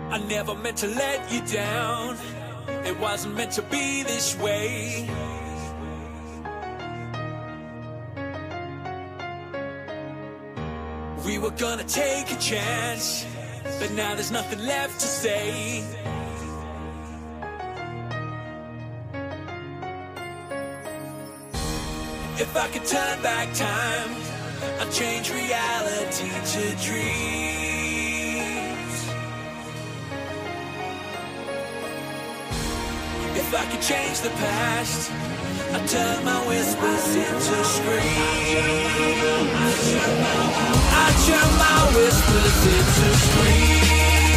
I never meant to let you down. It wasn't meant to be this way. We were gonna take a chance, but now there's nothing left to say. If I could turn back time, I'd change reality to dreams. If I could change the past, I'd turn my whispers into screams. I'd turn my whispers into screams.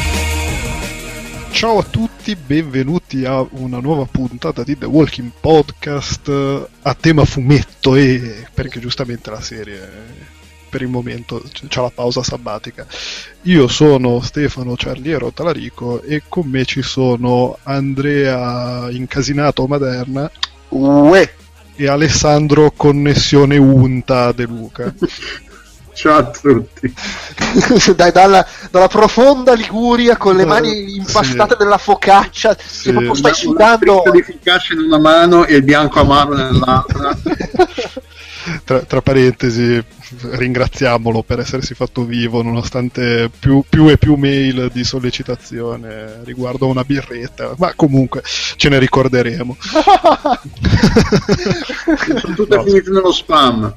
Ciao a tutti, benvenuti a una nuova puntata di The Walking Podcast a tema fumetto, perché giustamente la serie per il momento c'ha la pausa sabbatica. Io sono Stefano Ciarliero Talarico e con me ci sono Andrea Incasinato Maderna e Alessandro Connessione Unta De Luca. Ciao a tutti. Dalla profonda Liguria con le mani impastate nella focaccia, sì. che proprio stai sudando. Di efficacia in una mano e il bianco amaro nell'altra. Tra parentesi, ringraziamolo per essersi fatto vivo nonostante più e più mail di sollecitazione riguardo una birretta, ma comunque ce ne ricorderemo. Sono tutte finite nello spam.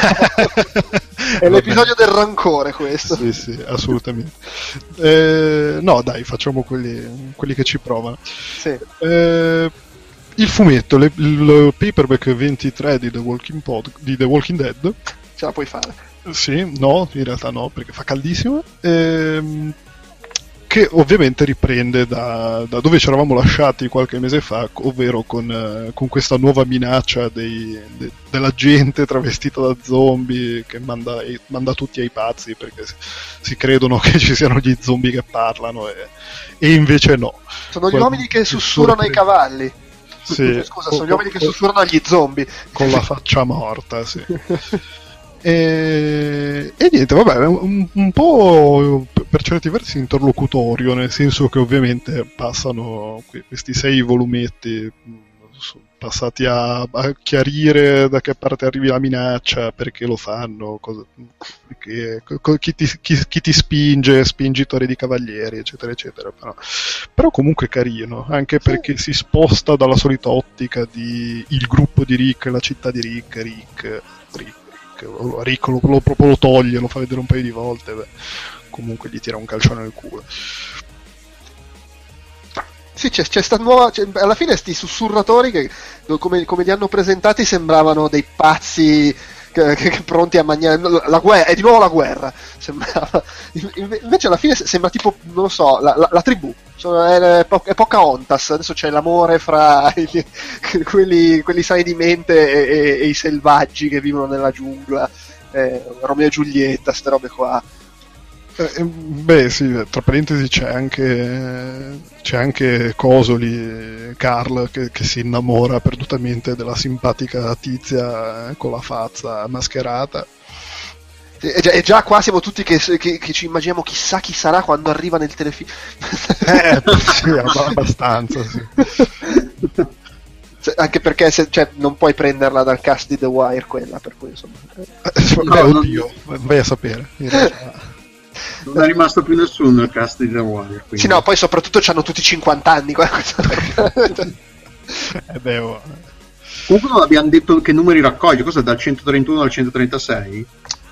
È l'episodio del rancore questo. Sì, assolutamente. No dai, facciamo quelli che ci provano. Sì. Il fumetto, il paperback 23 di The Walking Dead. Ce la puoi fare? Sì, no, in realtà no, perché fa caldissimo. Che ovviamente riprende da dove ci eravamo lasciati qualche mese fa, ovvero con questa nuova minaccia della gente travestita da zombie che manda tutti ai pazzi perché si credono che ci siano gli zombie che parlano e invece no. Sono gli uomini che sussurrano ai cavalli. Sì, scusa, sono gli uomini che sussurrano agli zombie. Con la faccia morta, sì. E niente, vabbè, un po' per certi versi interlocutorio, nel senso che ovviamente passano questi 6 volumetti passati a chiarire da che parte arrivi la minaccia, perché lo fanno, chi ti spinge, spingitori di cavalieri, eccetera eccetera, però comunque carino, anche perché si sposta dalla solita ottica di il gruppo di Rick, la città di Rick proprio lo toglie, lo fa vedere un paio di volte, comunque gli tira un calcione nel culo. Sì, c'è sta nuova. Alla fine sti sussurratori che come li hanno presentati sembravano dei pazzi che pronti a mangiare. È di nuovo la guerra. Sembrava. Invece alla fine sembra tipo, non lo so, la tribù. È Pocahontas. Adesso c'è l'amore fra quelli sani di mente e i selvaggi che vivono nella giungla. Romeo e Giulietta, ste robe qua. Beh sì, tra parentesi c'è anche Cosoli, Carl che si innamora perdutamente della simpatica tizia con la faccia mascherata. E già qua siamo tutti che ci immaginiamo chissà chi sarà quando arriva nel telefilm. Sì, abbastanza, sì. Anche perché non puoi prenderla dal cast di The Wire quella, per cui insomma. Oddio, vai a sapere. In realtà. Non è rimasto più nessuno nel cast di The Wire. Sì, no, poi soprattutto c'hanno tutti 50 anni. Comunque non abbiamo detto che numeri raccoglie. Cosa, dal 131 al 136?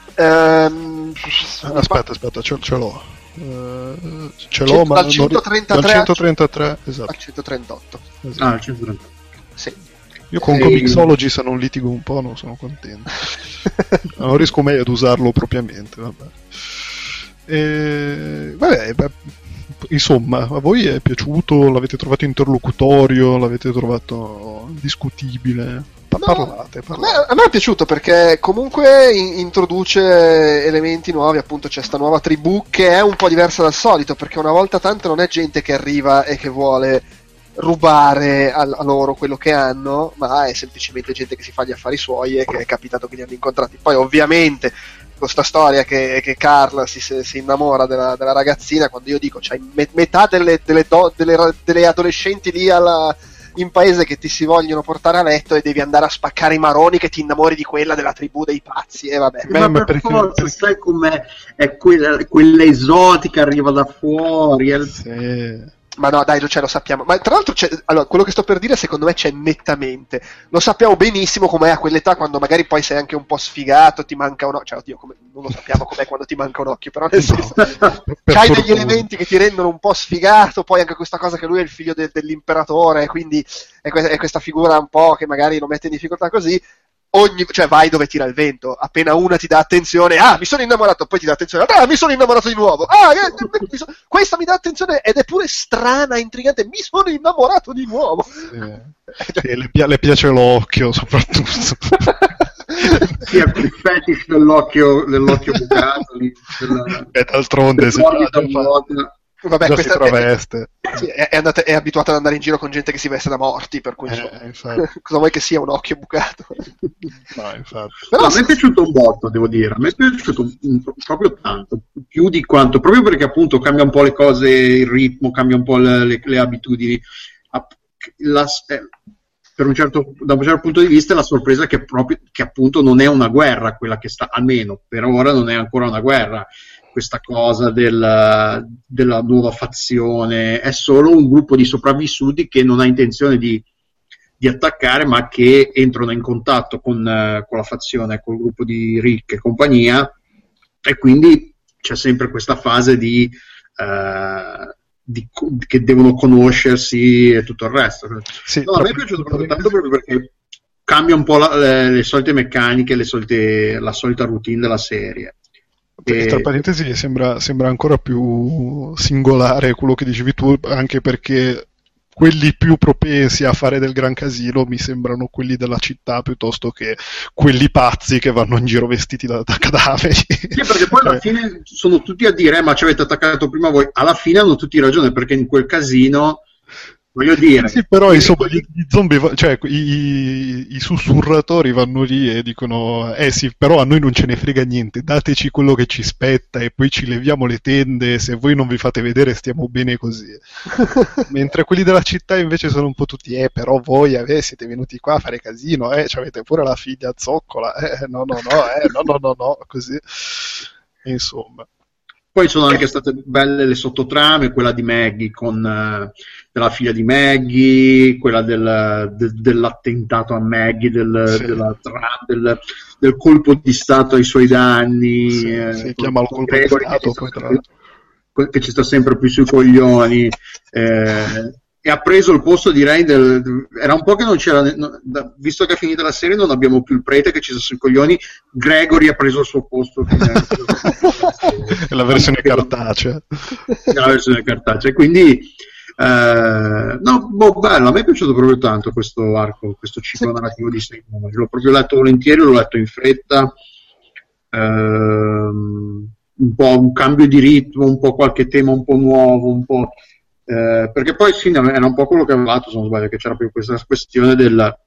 Aspetta, ce l'ho. Ce l'ho, ma dal 133 dal 133 esatto. Al 138. Esatto. Al 138. Sì. Io con Comixology, se non litigo un po', non sono contento. Non riesco mai ad usarlo propriamente, vabbè. Insomma, a voi è piaciuto? L'avete trovato interlocutorio? L'avete trovato discutibile? Parlate. A me è piaciuto perché comunque introduce elementi nuovi. Appunto c'è sta nuova tribù che è un po' diversa dal solito, perché una volta tanto non è gente che arriva e che vuole rubare a loro quello che hanno, ma è semplicemente gente che si fa gli affari suoi e che è capitato che li hanno incontrati. Poi ovviamente questa storia che Carl si innamora della ragazzina, quando io dico c'hai metà delle adolescenti lì in paese che ti si vogliono portare a letto e devi andare a spaccare i maroni che ti innamori di quella della tribù dei pazzi, e vabbè. Ma per forza, sai com'è? È quella esotica, arriva da fuori. Sì. Ma no, dai, lo sappiamo. Ma tra l'altro allora, quello che sto per dire secondo me c'è nettamente. Lo sappiamo benissimo com'è a quell'età, quando magari poi sei anche un po' sfigato, ti manca un occhio. Cioè, oddio, non lo sappiamo com'è quando ti manca un occhio, però nel senso c'hai degli elementi che ti rendono un po' sfigato, poi anche questa cosa che lui è il figlio dell'imperatore, quindi è questa figura un po' che magari lo mette in difficoltà così. Cioè vai dove tira il vento, appena una ti dà attenzione, mi sono innamorato, poi ti dà attenzione, mi sono innamorato di nuovo, questa mi dà attenzione ed è pure strana, intrigante, mi sono innamorato di nuovo. Sì, le piace l'occhio soprattutto. Sì, il fetish dell'occhio bucato e d'altronde vabbè, già si traveste. Sì, è abituata ad andare in giro con gente che si veste da morti, per cui cosa vuoi che sia un occhio bucato? No, infatti. Però a me è piaciuto un botto, devo dire, a me è piaciuto proprio tanto, più di quanto, proprio perché appunto cambia un po' le cose, il ritmo, cambia un po' le abitudini. Da un certo punto di vista è la sorpresa che appunto non è una guerra quella che sta, almeno per ora non è ancora una guerra, questa cosa della nuova fazione, è solo un gruppo di sopravvissuti che non ha intenzione di attaccare, ma che entrano in contatto con la fazione, col gruppo di Rick e compagnia, e quindi c'è sempre questa fase che devono conoscersi e tutto il resto. Sì, a me è piaciuto proprio tanto, proprio perché cambia un po' le solite meccaniche, la solita routine della serie. Tra parentesi sembra ancora più singolare quello che dicevi tu, anche perché quelli più propensi a fare del gran casino mi sembrano quelli della città piuttosto che quelli pazzi che vanno in giro vestiti da cadaveri. Sì, perché poi alla fine sono tutti a dire ma ci avete attaccato prima voi, alla fine hanno tutti ragione, perché in quel casino, voglio dire, sì, però insomma gli zombie, cioè i sussurratori vanno lì e dicono sì, però a noi non ce ne frega niente, dateci quello che ci spetta e poi ci leviamo le tende, se voi non vi fate vedere stiamo bene così. Mentre quelli della città invece sono un po' tutti però voi siete venuti qua a fare casino, avete pure la figlia zoccola, no, così, insomma. Poi sono anche state belle le sottotrame, quella di Maggie della figlia di Maggie, quella dell'attentato a Maggie, del colpo di Stato ai suoi danni. Si chiama il colpo di Stato, poi tra l'altro. Che ci sta sempre più sui coglioni. E ha preso il posto, direi, era un po' che non c'era, visto che è finita la serie non abbiamo più il prete che ci sta sui coglioni, Gregory ha preso il suo posto. La versione cartacea. La versione cartacea, quindi bello, a me è piaciuto proprio tanto questo arco, questo ciclo narrativo di 6 numeri, l'ho proprio letto volentieri, l'ho letto in fretta, un po' un cambio di ritmo, un po' qualche tema un po' nuovo, un po'... perché poi sì, era un po' quello che avevo fatto, se non sbaglio, che c'era più questa questione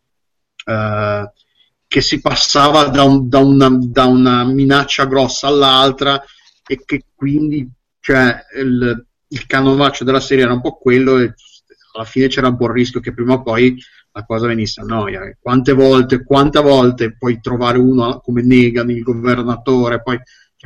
che si passava da una minaccia grossa all'altra, e che quindi il canovaccio della serie era un po' quello, e alla fine c'era un po' il rischio che prima o poi la cosa venisse a noia. Quante volte puoi trovare uno come Negan, il governatore, poi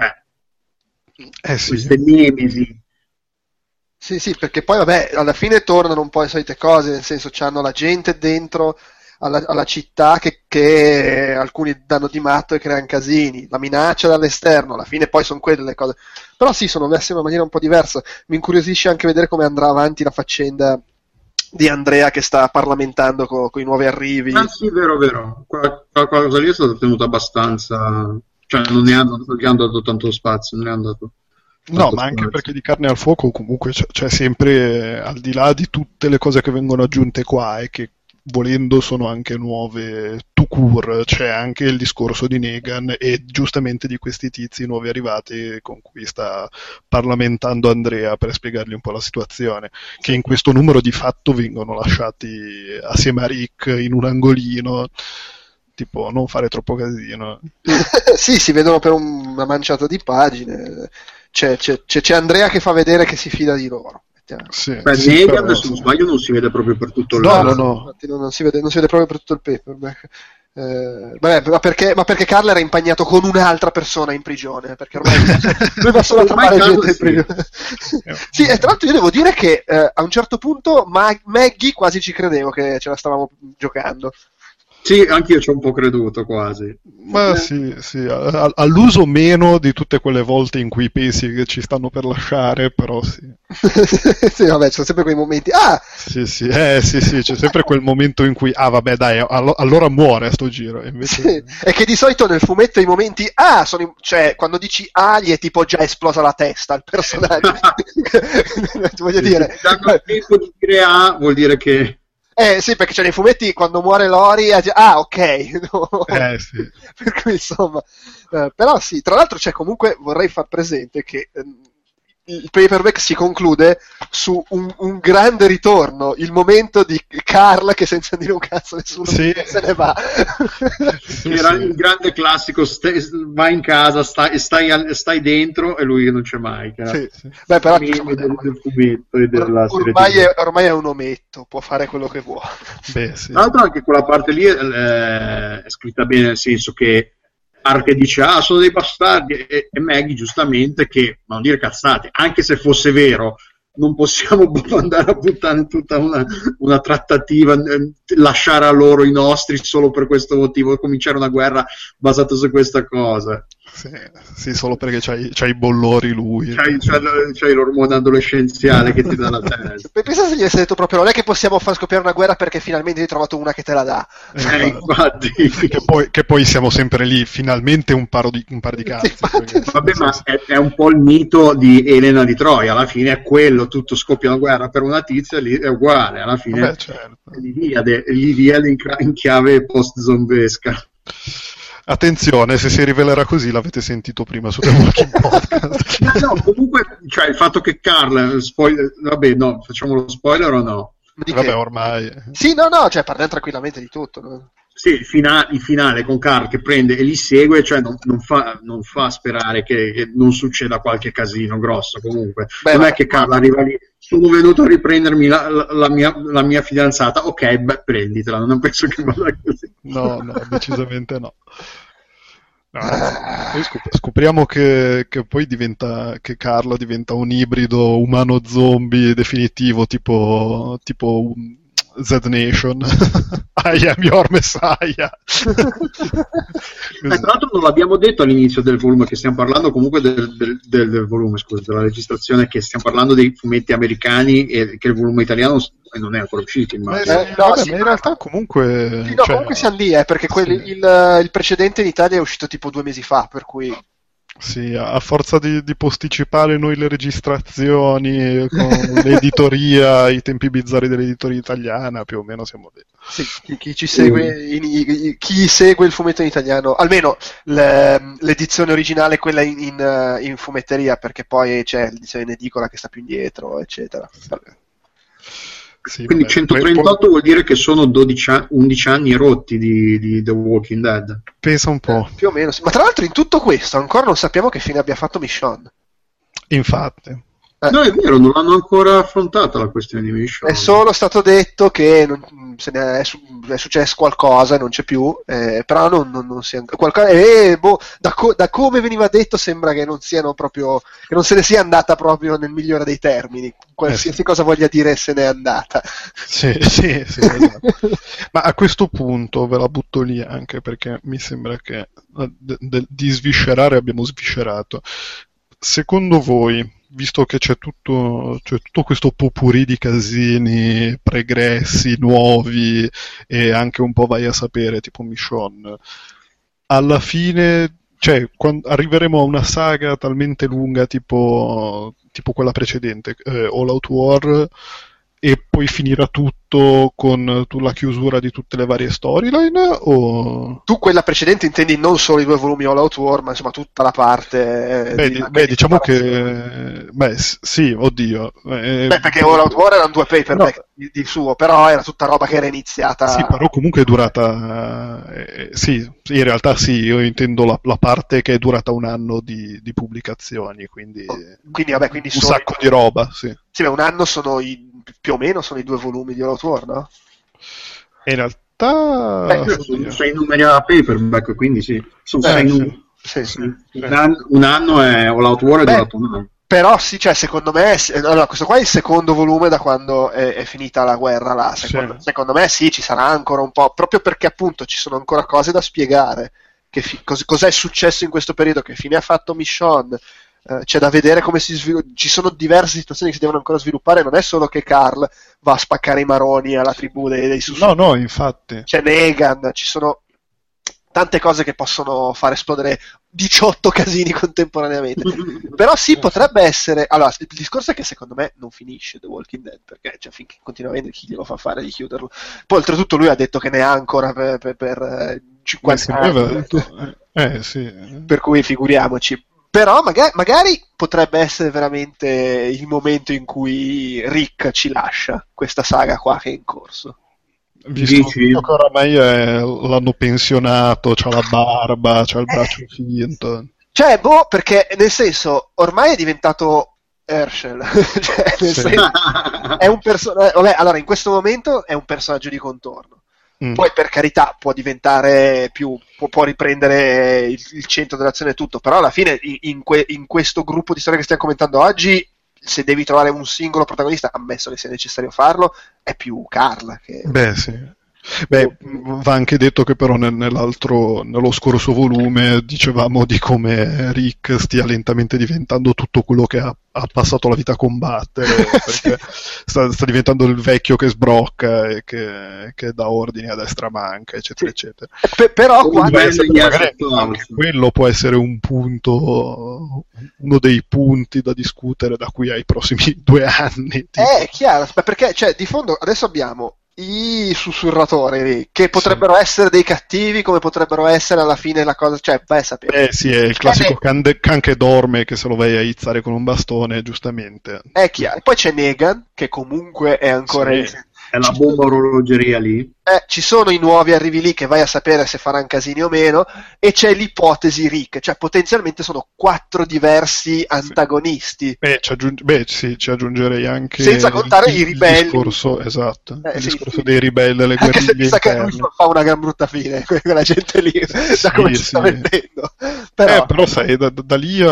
queste nemesi. Sì, perché poi vabbè, alla fine tornano un po' le solite cose, nel senso c'hanno la gente dentro alla città che alcuni danno di matto e creano casini, la minaccia dall'esterno, alla fine poi sono quelle le cose. Però sì, sono messe in una maniera un po' diversa. Mi incuriosisce anche vedere come andrà avanti la faccenda di Andrea che sta parlamentando con i nuovi arrivi. Ah sì, vero. Quella cosa lì è stata tenuta abbastanza, cioè non gli hanno dato tanto spazio, non gli hanno dato... No, ma anche perché di carne al fuoco comunque c'è sempre, al di là di tutte le cose che vengono aggiunte qua e che volendo sono anche nuove tout court, c'è anche il discorso di Negan e giustamente di questi tizi nuovi arrivati con cui sta parlamentando Andrea per spiegargli un po' la situazione, che in questo numero di fatto vengono lasciati assieme a Rick in un angolino. tipo non fare troppo casino. Sì, si vedono per una manciata di pagine. C'è Andrea che fa vedere che si fida di loro. Sì, Beh, sì, Negan, però, se non sbaglio, non si vede proprio per tutto il No. Infatti non si vede proprio per tutto il paperback. Vabbè, ma perché Carl era impegnato con un'altra persona in prigione, perché ormai lui va solo a trovare gente in prigione. Sì, e tra l'altro io devo dire che a un certo punto Maggie quasi ci credevo che ce la stavamo giocando. Sì, anche io ci ho un po' creduto quasi. Ma sì, all'uso meno di tutte quelle volte in cui pensi che ci stanno per lasciare, però sì. Sì, vabbè, ci sono sempre quei momenti. Sì, c'è sempre quel momento in cui, vabbè, dai, allora muore sto giro. Invece... Sì, è che di solito nel fumetto i momenti cioè quando dici gli è tipo già esplosa la testa al personaggio. Voglio dire. Se danno il tempo di dire vuol dire che... Sì, perché c'è nei fumetti quando muore Lori, ok. No. Sì. Per cui insomma, però sì, tra l'altro comunque vorrei far presente che il paperback si conclude su un grande ritorno, il momento di Carl che senza dire un cazzo nessuno se ne va. Era il grande classico, vai in casa, stai dentro e lui non c'è mai. Sì. Beh, però del fumetto e della serie ormai è un ometto, può fare quello che vuole. Beh, sì. Tra l'altro anche quella parte lì è scritta bene, nel senso che Arche dice sono dei bastardi e Maggie giustamente che, ma non dire cazzate, anche se fosse vero non possiamo andare a buttare tutta una trattativa, lasciare a loro i nostri solo per questo motivo, cominciare una guerra basata su questa cosa. Sì, solo perché c'hai i bollori lui. C'hai l'ormone adolescenziale che ti dà la testa. Pensa se gli avesse detto proprio non è che possiamo far scoppiare una guerra perché finalmente hai trovato una che te la dà. Infatti. Che poi siamo sempre lì, finalmente un par di cazzi. Vabbè, ma è un po' il mito di Elena di Troia, alla fine è quello, tutto scoppia una guerra per una tizia, lì è uguale, alla fine. Vabbè, certo. L'Iliade in chiave post-zombesca. Attenzione, se si rivelerà così l'avete sentito prima su The Walking Podcast. No, comunque, cioè il fatto che Carl vabbè, no, facciamo lo spoiler o no? Vabbè, ormai. Sì, no, cioè parliamo tranquillamente di tutto, no? Sì, il finale con Carl che prende e li segue, cioè non fa sperare che non succeda qualche casino grosso comunque. Non è che Carl arriva lì, sono venuto a riprendermi la mia fidanzata, ok, prenditela, non penso che vada così. No, decisamente no. Poi scopriamo che poi che Carlo diventa un ibrido umano-zombie definitivo, tipo Z Nation. I am your messiah. Tra l'altro non l'abbiamo detto all'inizio del volume, che stiamo parlando comunque del volume, scusa, della registrazione, che stiamo parlando dei fumetti americani e che il volume italiano non è ancora uscito, immagino. Ma in realtà comunque... Sì, comunque siamo lì, perché il precedente in Italia è uscito tipo 2 mesi fa, per cui... Sì, a forza di posticipare noi le registrazioni con l'editoria, i tempi bizzarri dell'editoria italiana, più o meno siamo lì. Sì, chi ci segue, chi segue il fumetto in italiano, almeno l'edizione originale, quella in fumetteria, perché poi c'è l'edizione in edicola che sta più indietro, eccetera. Sì, quindi 138 vuol dire che sono 11 anni rotti di The Walking Dead. Pensa un po'. Più o meno, sì. Ma tra l'altro in tutto questo ancora non sappiamo che fine abbia fatto Michonne. Infatti. No, è vero, non l'hanno ancora affrontata la questione di Michonne. È solo stato detto che è successo qualcosa e non c'è più, però non si è da come veniva detto sembra che non siano proprio, che non se ne sia andata proprio nel migliore dei termini, qualsiasi cosa voglia dire se n'è andata. Sì, esatto. Ma a questo punto ve la butto lì anche perché mi sembra che di sviscerare abbiamo sviscerato. Secondo voi, visto che c'è tutto questo potpourri di casini pregressi, nuovi e anche un po' vai a sapere, tipo Michonne, alla fine, cioè, quando arriveremo a una saga talmente lunga tipo quella precedente, All Out War, e poi finirà tutto con la chiusura di tutte le varie storyline? O... Tu quella precedente intendi non solo i 2 volumi All Out War, ma insomma tutta la parte... diciamo che... sì, oddio. perché All Out War erano 2 paperback di suo, però era tutta roba che era iniziata... Sì, però comunque è durata... sì, in realtà sì, io intendo la parte che è durata un anno di pubblicazioni, quindi quindi un sacco di roba, sì. Sì, un anno sono più o meno sono i 2 volumi di All Out War, no? In realtà... sono 6 numeri a paperback, quindi sì. Sono 6 numeri. Sì. Un anno è All Out War è durato un anno. Però sì, cioè secondo me allora, questo qua è il secondo volume da quando è finita la guerra là, secondo me sì, ci sarà ancora un po', proprio perché appunto ci sono ancora cose da spiegare, cos'è successo in questo periodo, che fine ha fatto Michonne, c'è da vedere come si sviluppa, ci sono diverse situazioni che si devono ancora sviluppare, non è solo che Carl va a spaccare i maroni alla tribù dei sussurri. No, infatti. C'è Negan, ci sono tante cose che possono far esplodere 18 casini contemporaneamente. Però sì, potrebbe essere... Allora, il discorso è che secondo me non finisce The Walking Dead, perché cioè, finché continua a vendere, chi glielo fa fare di chiuderlo? Poi oltretutto lui ha detto che ne ha ancora per 50 anni. Sì. Per cui figuriamoci. Però magari potrebbe essere veramente il momento in cui Rick ci lascia questa saga qua che è in corso. Visto che oramai l'hanno pensionato, c'ha la barba, c'ha il braccio finto. Cioè, perché nel senso, ormai è diventato Herschel. Cioè, nel senso, è un personaggio. Vabbè, allora in questo momento è un personaggio di contorno. Poi per carità può diventare può riprendere il centro dell'azione e tutto, però alla fine in questo gruppo di storie che stiamo commentando oggi, se devi trovare un singolo protagonista, ammesso che sia necessario farlo, è più Carl che... Sì. Va anche detto che però nello scorso volume dicevamo di come Rick stia lentamente diventando tutto quello che ha passato la vita a combattere, perché sta diventando il vecchio che sbrocca e che dà ordini a destra manca, eccetera, eccetera. Però magari anche quello può essere un punto, uno dei punti da discutere da qui ai prossimi 2 anni. È chiaro, perché cioè, di fondo adesso abbiamo i sussurratori che potrebbero essere dei cattivi, come potrebbero essere alla fine la cosa, cioè vai a sapere. Sì, è il classico can che dorme, che se lo vai a izzare con un bastone, giustamente. È chiaro. E poi c'è Negan, che comunque è ancora è la bomba orologeria lì. Ci sono i nuovi arrivi lì che vai a sapere se faranno casini o meno, e c'è l'ipotesi Rick, cioè potenzialmente sono 4 diversi antagonisti. Ci aggiungerei anche senza contare i ribelli. Il discorso dei ribelli, le guerriglie interne. Sa che lui fa una gran brutta fine, quella gente lì, da come ci sta vendendo. Però sai, da lì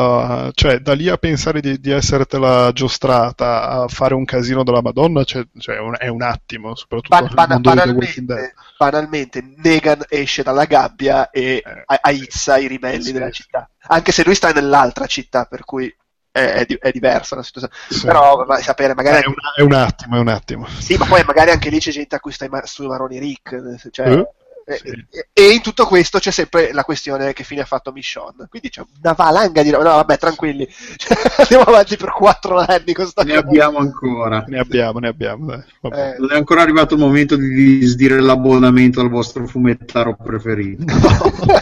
a pensare di essertela giostrata a fare un casino della Madonna, è un attimo, soprattutto nel mondo di The Walking Dead. Banalmente Negan esce dalla gabbia e aizza i ribelli della città, anche se lui sta nell'altra città, per cui è diversa la situazione. Però vai a sapere, magari è un attimo. Sì, ma poi magari anche lì c'è gente a cui stai sui maroni Rick, cioè e in tutto questo c'è sempre la questione che fine ha fatto Michonne, quindi c'è una valanga di no, vabbè, tranquilli, andiamo avanti per 4 anni con sta cosa. Abbiamo ancora ne abbiamo dai. Non è ancora arrivato il momento di disdire l'abbonamento al vostro fumettaro preferito. No,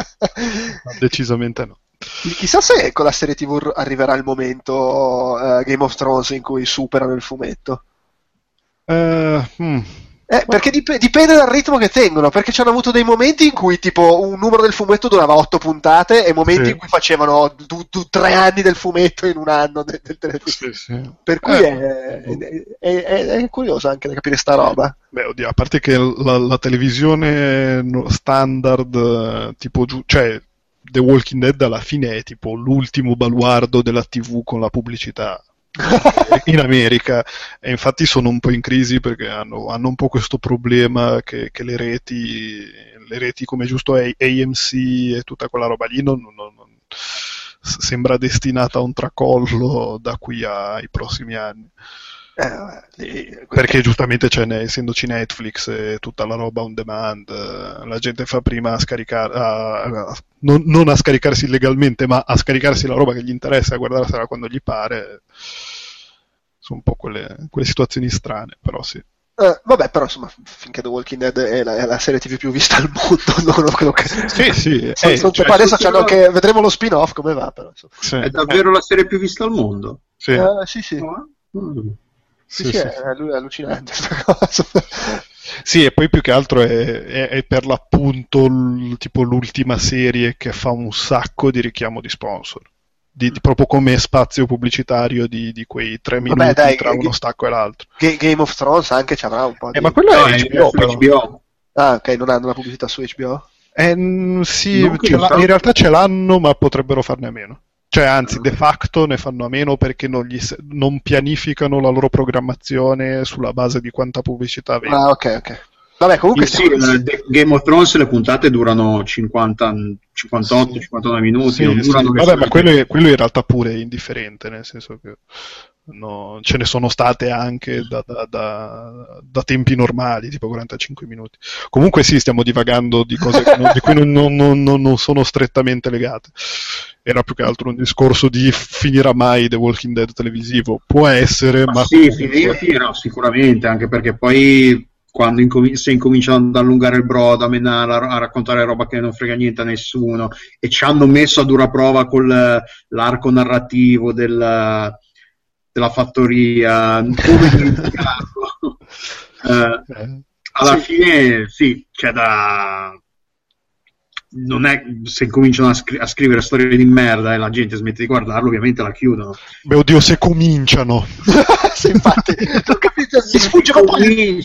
decisamente no. Chissà se con la serie TV arriverà il momento Game of Thrones in cui superano il fumetto. Perché dipende dal ritmo che tengono, perché ci hanno avuto dei momenti in cui tipo un numero del fumetto durava 8 puntate e momenti in cui facevano 3 anni del fumetto in un anno del telefilm. Per cui è curioso anche da capire sta roba. Oddio, a parte che la televisione standard tipo cioè The Walking Dead alla fine è tipo l'ultimo baluardo della TV con la pubblicità in America, e infatti sono un po' in crisi perché hanno un po' questo problema che le reti come giusto AMC e tutta quella roba lì non sembra destinata a un tracollo da qui ai prossimi anni. Perché giustamente essendoci Netflix e tutta la roba on demand, la gente fa prima a scaricare, non a scaricarsi illegalmente, ma a scaricarsi la roba che gli interessa e a guardarsela quando gli pare. sono un po' quelle situazioni strane, però sì. Vabbè, però insomma, finché The Walking Dead è la serie TV più vista al mondo, non credo che... Sì. Adesso c'hanno anche... Vedremo lo spin-off come va, però. Sì. È davvero la serie più vista al mondo? Sì. Sì. Sì. È allucinante questa cosa. Sì, e poi più che altro è per l'appunto tipo l'ultima serie che fa un sacco di richiamo di sponsor. Proprio come spazio pubblicitario di quei 3 minuti tra uno stacco e l'altro. Game of Thrones anche ci avrà un po' di... Ma quello è HBO, però. HBO. Ah, ok, non hanno la pubblicità su HBO? Sì, in realtà ce l'hanno, ma potrebbero farne a meno. Cioè, anzi, de facto ne fanno a meno perché non pianificano la loro programmazione sulla base di quanta pubblicità vendono. Ah, ok. Vabbè, comunque Game of Thrones le puntate durano 58-59 minuti. Non durano vabbè, ma quello in realtà pure è indifferente, nel senso che ce ne sono state anche da tempi normali, tipo 45 minuti. Comunque sì, stiamo divagando di cose di cui non sono strettamente legate. Era più che altro un discorso di finirà mai The Walking Dead televisivo. Può essere, ma sì, finirà sicuramente, anche perché poi quando se incominciano ad allungare il brodo, a menare, a raccontare roba che non frega niente a nessuno, e ci hanno messo a dura prova con l'arco narrativo della fattoria, come dimenticarlo? Alla fine sì, c'è da... Non è, se cominciano a scrivere storie di merda e la gente smette di guardarlo, ovviamente la chiudono. Beh, oddio, se cominciano. Sì, infatti, non capito, gli sfuggono poi.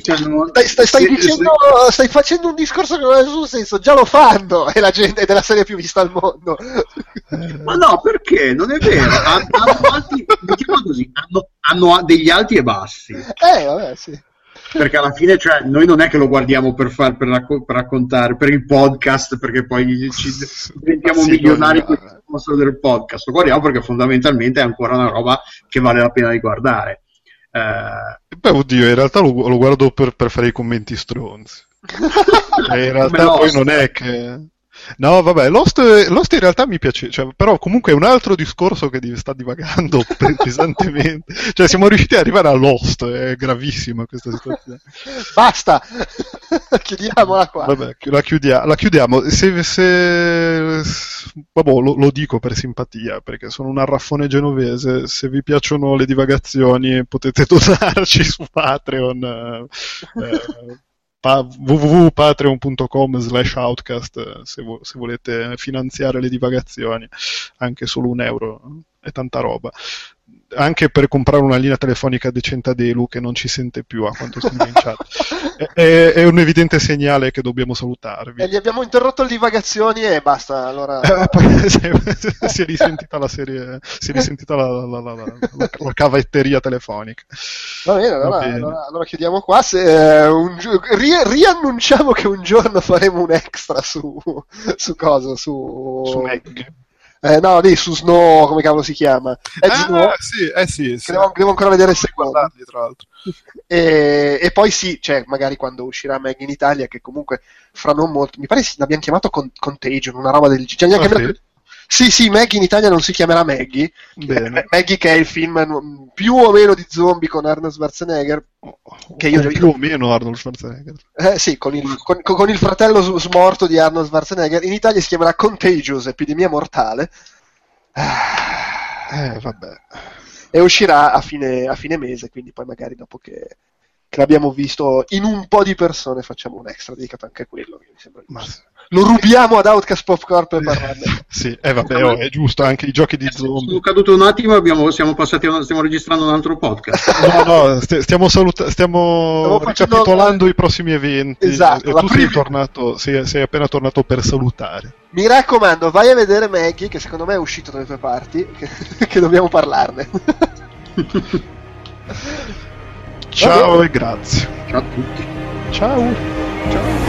Stai facendo un discorso che non ha nessun senso, già lo fanno, e la gente è della serie più vista al mondo. Ma no, perché? Non è vero. Hanno degli alti e bassi. Vabbè, sì. Perché alla fine, cioè, noi non è che lo guardiamo per raccontare, per il podcast, perché poi ci diventiamo milionari con il sponsor del podcast. Lo guardiamo perché fondamentalmente è ancora una roba che vale la pena di guardare. Beh, oddio, in realtà lo guardo per fare i commenti stronzi. In realtà poi non è che... No, vabbè, Lost in realtà mi piace, cioè, però comunque è un altro discorso che sta divagando pesantemente. Cioè, siamo riusciti ad arrivare a Lost, è gravissima questa situazione. Basta! Chiudiamola qua. Vabbè, la chiudiamo. Vabbè, lo dico per simpatia, perché sono un arraffone genovese. Se vi piacciono le divagazioni potete donarci su Patreon. www.patreon.com/outcast se volete finanziare le divagazioni, anche solo €1 è tanta roba, anche per comprare una linea telefonica decente ad Elu che non ci sente più a quanto scrive in chat. È un evidente segnale che dobbiamo salutarvi. E gli abbiamo interrotto le divagazioni e basta, allora... si è risentita la serie, si è risentita la cavetteria telefonica. Va bene, allora chiudiamo qua. Riannunciamo che un giorno faremo un extra su cosa? Su Meg. No, lì su Snow, come cavolo si chiama? Snow, sì. Devo ancora vedere il secondo. Tra l'altro. E poi sì, cioè magari quando uscirà Meg in Italia, che comunque fra non molto, mi pare che l'abbiamo chiamato Contagion, una roba del genere. Sì, Maggie in Italia non si chiamerà Maggie. Maggie, che è il film più o meno di zombie con Arnold Schwarzenegger. Che io più o meno Arnold Schwarzenegger. Sì, con il fratello smorto di Arnold Schwarzenegger. In Italia si chiamerà Contagious, epidemia mortale. Vabbè. E uscirà a fine mese, quindi poi magari dopo che l'abbiamo visto in un po' di persone facciamo un extra dedicato anche a quello, che mi sembra lo rubiamo ad Outcast Popcorn per parlarne. Sì, vabbè, è giusto, anche i giochi di zombie. Sono caduto un attimo, stiamo registrando un altro podcast. No, stiamo ricapitolando i prossimi eventi. Esatto, e tu sei appena tornato per salutare. Mi raccomando, vai a vedere Maggie, che secondo me è uscito dalle tue parti, che dobbiamo parlarne. Ciao e grazie. Ciao a tutti. Ciao.